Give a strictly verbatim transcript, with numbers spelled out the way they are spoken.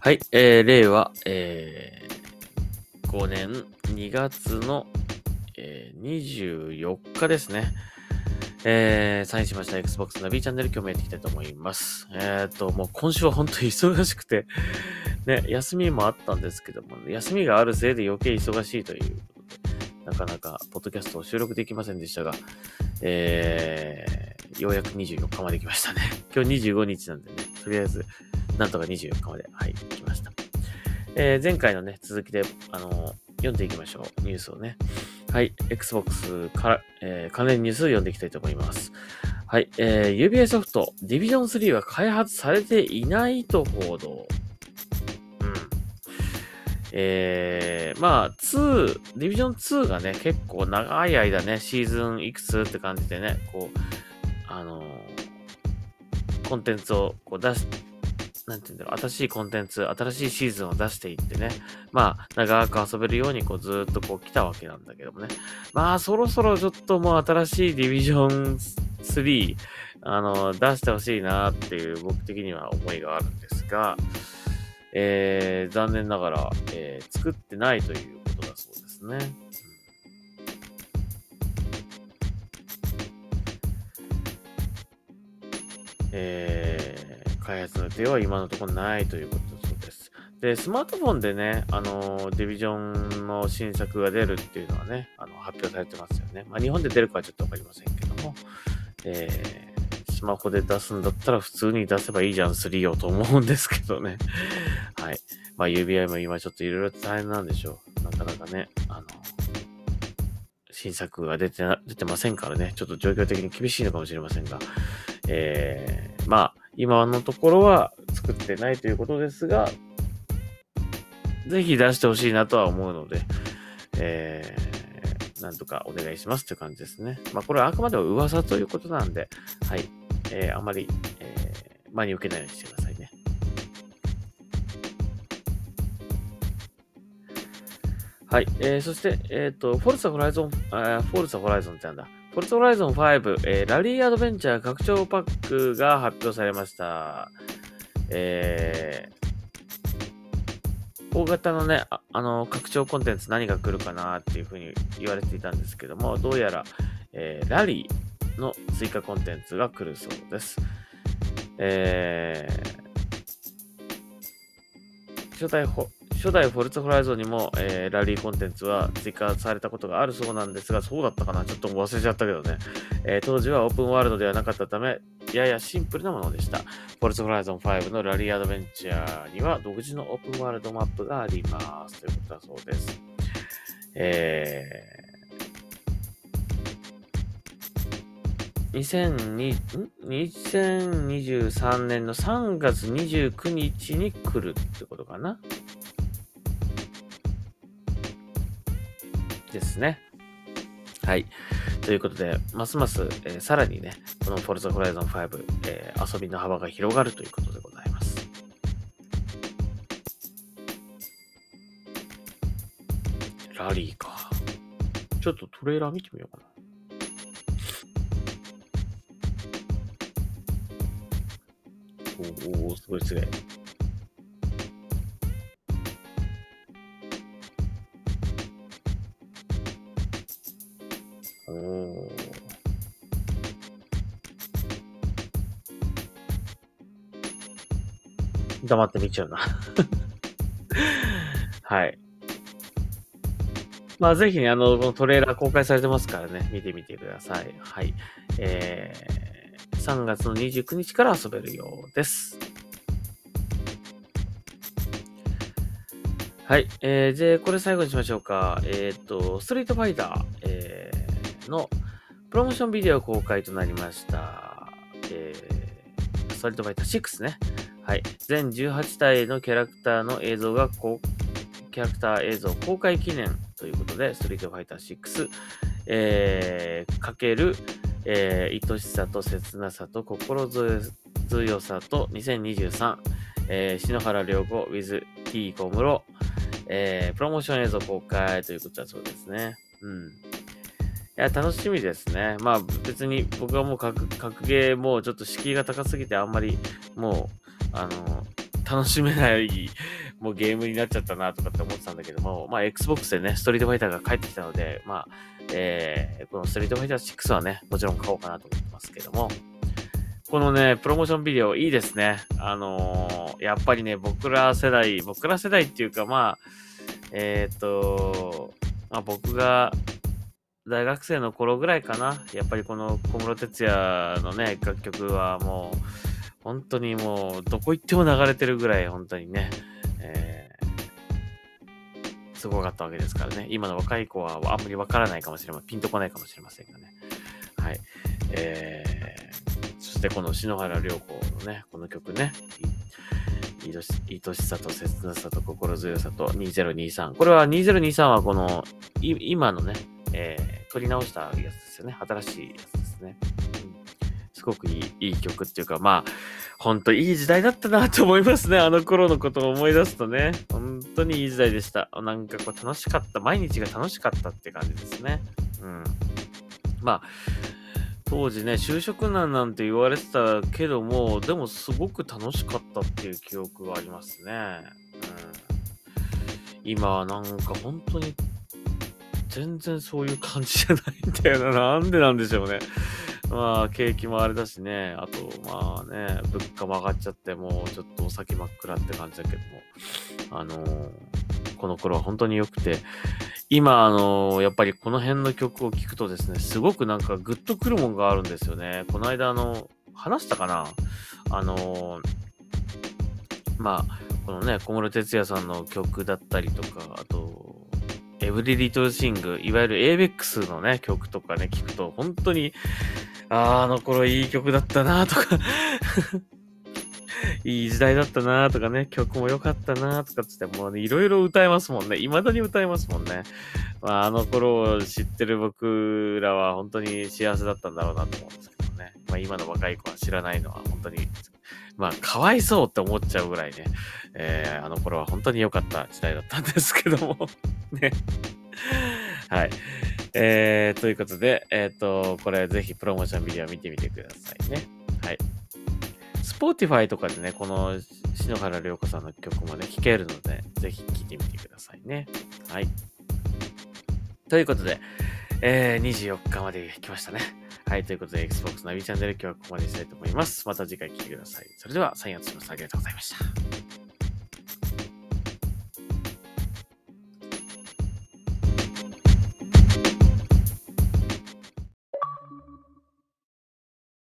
はい、えー、令和、えー、ごねんにがつの、えー、にじゅうよっかですね。えー、サインしました Xbox ナビチャンネル今日もやっていきたいと思います。えーと、もう今週は本当に忙しくて、ね、休みもあったんですけども、休みがあるせいで余計忙しいということで、なかなかポッドキャストを収録できませんでしたが、えー、ようやくにじゅうよっかまで来ましたね。今日にじゅうごにちなんでね、とりあえず、なんとかにじゅうよっかまで、はい、来ました。えー、前回のね、続きで、あのー、読んでいきましょう。ニュースをね。はい。Xbox から、えー、関連ニュースを読んでいきたいと思います。はい。えー、ユービーアイ ソフト、ディビジョンスリーは開発されていないと報道。うん。えー、まあ、ツー、ディビジョンツーがね、結構長い間ね、シーズンいくつって感じでね、こう、あのー、コンテンツをこう出し、なんていうんだろう、新しいコンテンツ、新しいシーズンを出していってね、まあ、長く遊べるようにこうずーっとこう来たわけなんだけどもね。まあ、そろそろちょっともう新しいディビジョンスリー、あの、出してほしいなっていう僕的には思いがあるんですが、えー、残念ながら、えー、作ってないということだそうですね。えー、開発の予定は今のところないということだそうです。で、スマートフォンでね、あの、ディビジョンの新作が出るっていうのはね、あの、発表されてますよね。まあ、日本で出るかはちょっとわかりませんけども、えー、スマホで出すんだったら普通に出せばいいじゃん、スリーをと思うんですけどね。はい。まあ、ユービーアイ も今ちょっといろいろ大変なんでしょう。なかなかね、あの、新作が出てな、出てませんからね、ちょっと状況的に厳しいのかもしれませんが、えー、まあ、今のところは作ってないということですが、ぜひ出してほしいなとは思うので、えー、なんとかお願いしますという感じですね。まあ、これはあくまでも噂ということなんで、はい、えー、あまり、えー、真に受けないようにしてくださいね。はい、えー、そして、えっ、ー、と、フォルツァホライゾン、あフォルツァホライゾンってなんだ。フォルツァホライゾンファイブ、えー、ラリーアドベンチャー拡張パックが発表されました。えー、大型のね、あ、あの、拡張コンテンツ何が来るかなっていうふうに言われていたんですけども、どうやら、えー、ラリーの追加コンテンツが来るそうです。えー、初代フォ初代フォルツァホライゾンにも、えー、ラリーコンテンツは追加されたことがあるそうなんですが、そうだったかなちょっと忘れちゃったけどね。えー、当時はオープンワールドではなかったため、ややシンプルなものでした。フォルツァホライゾンファイブのラリーアドベンチャーには独自のオープンワールドマップがあります。ということだそうです。えー、にせんにじゅうさんねんのさんがつにじゅうくにちに来るってことかなですね。はい。ということで、ますます、えー、さらにね、このフォルツァホライゾンファイブ、えー、遊びの幅が広がるということでございます。ラリーか。ちょっとトレーラー見てみようかな。おお、すごいすごい。おお。黙って見ちゃうな。はい。まあ、ぜひね、あの、このトレーラー公開されてますからね、見てみてください。はい。えー、さんがつのにじゅうくにちから遊べるようです。はい。えー、で、これ最後にしましょうか。えっ、ー、と、ストリートファイター、えー、のプロモーションビデオ公開となりました。えー、ストリートファイターシックスね。はい。全じゅうはちたいのキャラクターの映像がこう、キャラクター映像公開記念ということで、ストリートファイターシックス、えー、かける、えー、愛しさと切なさと心強さとにせんにじゅうさん、えー、篠原涼子 with T 小室、えー、プロモーション映像公開ということだそうですね。うん。いや、楽しみですね。まあ別に僕はもう格、格ゲーもうちょっと敷居が高すぎてあんまりもう、あの、 楽しめない、もうゲームになっちゃったなとかって思ってたんだけども、まあ、Xbox でね、ストリートファイターが帰ってきたので、まあ、えー、このストリートファイターシックスはね、もちろん買おうかなと思ってますけども、このね、プロモーションビデオいいですね。あのー、やっぱりね、僕ら世代、僕ら世代っていうか、まあ、えっと、まあ僕が大学生の頃ぐらいかな。やっぱりこの小室哲哉のね、楽曲はもう、本当にもう、どこ行っても流れてるぐらい、本当にね、えー、すごかったわけですからね。今の若い子はあんまりわからないかもしれません。ピンとこないかもしれませんがね。はい。えー、そしてこの篠原涼子のね、この曲ね、い愛し愛しさと切なさと心強さとにせんにじゅうさん。これはにせんにじゅうさんはこの、い今のね、えー、撮り直したやつですよね。新しいやつですね。うん、すごくいい、いい曲っていうか、まあ、ほんといい時代だったなと思いますね。あの頃のことを思い出すとね。本当にいい時代でした。なんかこう楽しかった。毎日が楽しかったって感じですね。うん。まあ、当時ね、就職難なんて言われてたけども、でもすごく楽しかったっていう記憶がありますね。うん、今はなんか本当に全然そういう感じじゃないんだよな。なんでなんでしょうね。まあ、景気もあれだしね。あと、まあね、物価も上がっちゃって、もうちょっとお先真っ暗って感じだけども、あのー、この頃は本当に良くて、今、あのー、やっぱりこの辺の曲を聴くとですね、すごくなんかグッとくるもんがあるんですよね。この間、あの、話したかなあのー、まあ、このね、小室哲哉さんの曲だったりとか、あと、エブリリトルシング、いわゆる エーベックス のね、曲とかね、聞くと、本当に、あー、あの頃いい曲だったなとか、いい時代だったなとかね、曲も良かったなとかつって、もうね、いろいろ歌えますもんね。未だに歌えますもんね。まあ、あの頃を知ってる僕らは本当に幸せだったんだろうなと思うんですけどね。まあ、今の若い子は知らないのは本当に、まあ、かわいそうって思っちゃうぐらいね、えー、あの頃は本当に良かった時代だったんですけども、ね。はい。えー、ということで、えっと、これぜひプロモーションビデオ見てみてくださいね。はい。Spotify とかでね、この篠原涼子さんの曲もね、聴けるので、ぜひ聴いてみてくださいね。はい。ということで、えー、にじゅうよっかまで来ましたね。はい。ということで、Xbox ナビチャンネル今日はここまでにしたいと思います。また次回聴いてください。それでは、サインをします。ありがとうございました。